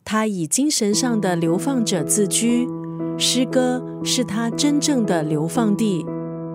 他以精神上的流放者自居，诗歌是他真正的流放地。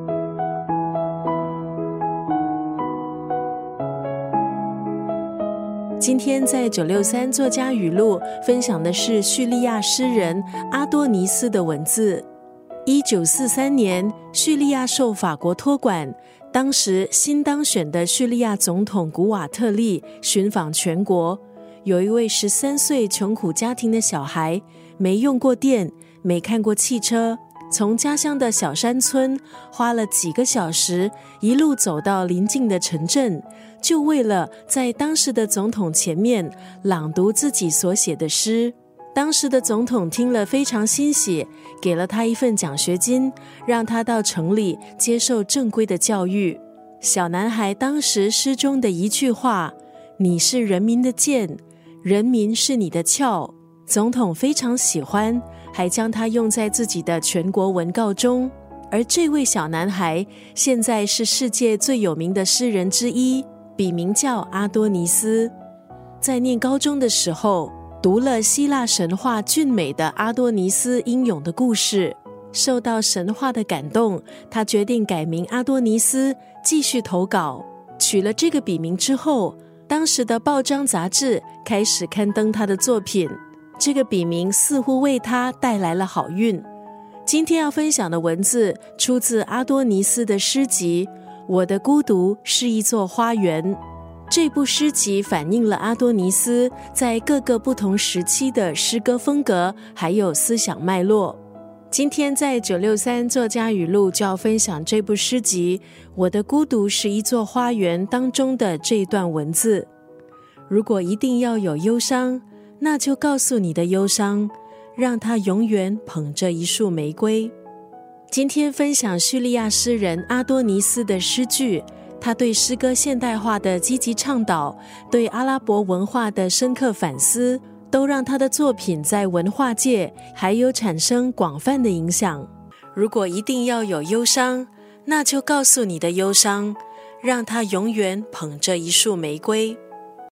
今天在963作家语录分享的是叙利亚诗人阿多尼斯的文字。1943年，叙利亚受法国托管，当时新当选的叙利亚总统古瓦特利寻访全国，有一位13岁穷苦家庭的小孩，没用过电，没看过汽车，从家乡的小山村花了几个小时，一路走到邻近的城镇，就为了在当时的总统前面朗读自己所写的诗。当时的总统听了非常欣喜，给了他一份奖学金，让他到城里接受正规的教育。小男孩当时诗中的一句话，你是人民的剑，人民是你的鞘，总统非常喜欢，还将它用在自己的全国文告中。而这位小男孩现在是世界最有名的诗人之一，笔名叫阿多尼斯。在念高中的时候，读了希腊神话俊美的阿多尼斯英勇的故事，受到神话的感动，他决定改名阿多尼斯，继续投稿。取了这个笔名之后，当时的报章杂志开始刊登他的作品，这个笔名似乎为他带来了好运。今天要分享的文字出自阿多尼斯的诗集《我的孤独是一座花园》。这部诗集反映了阿多尼斯在各个不同时期的诗歌风格还有思想脉络。今天在963作家语录就要分享这部诗集《我的孤独是一座花园》当中的这一段文字。如果一定要有忧伤，那就告诉你的忧伤，让它永远捧着一束玫瑰。今天分享叙利亚诗人阿多尼斯的诗句，他对诗歌现代化的积极倡导，对阿拉伯文化的深刻反思，都让他的作品在文化界还有产生广泛的影响。如果一定要有忧伤，那就告诉你的忧伤，让它永远捧着一束玫瑰。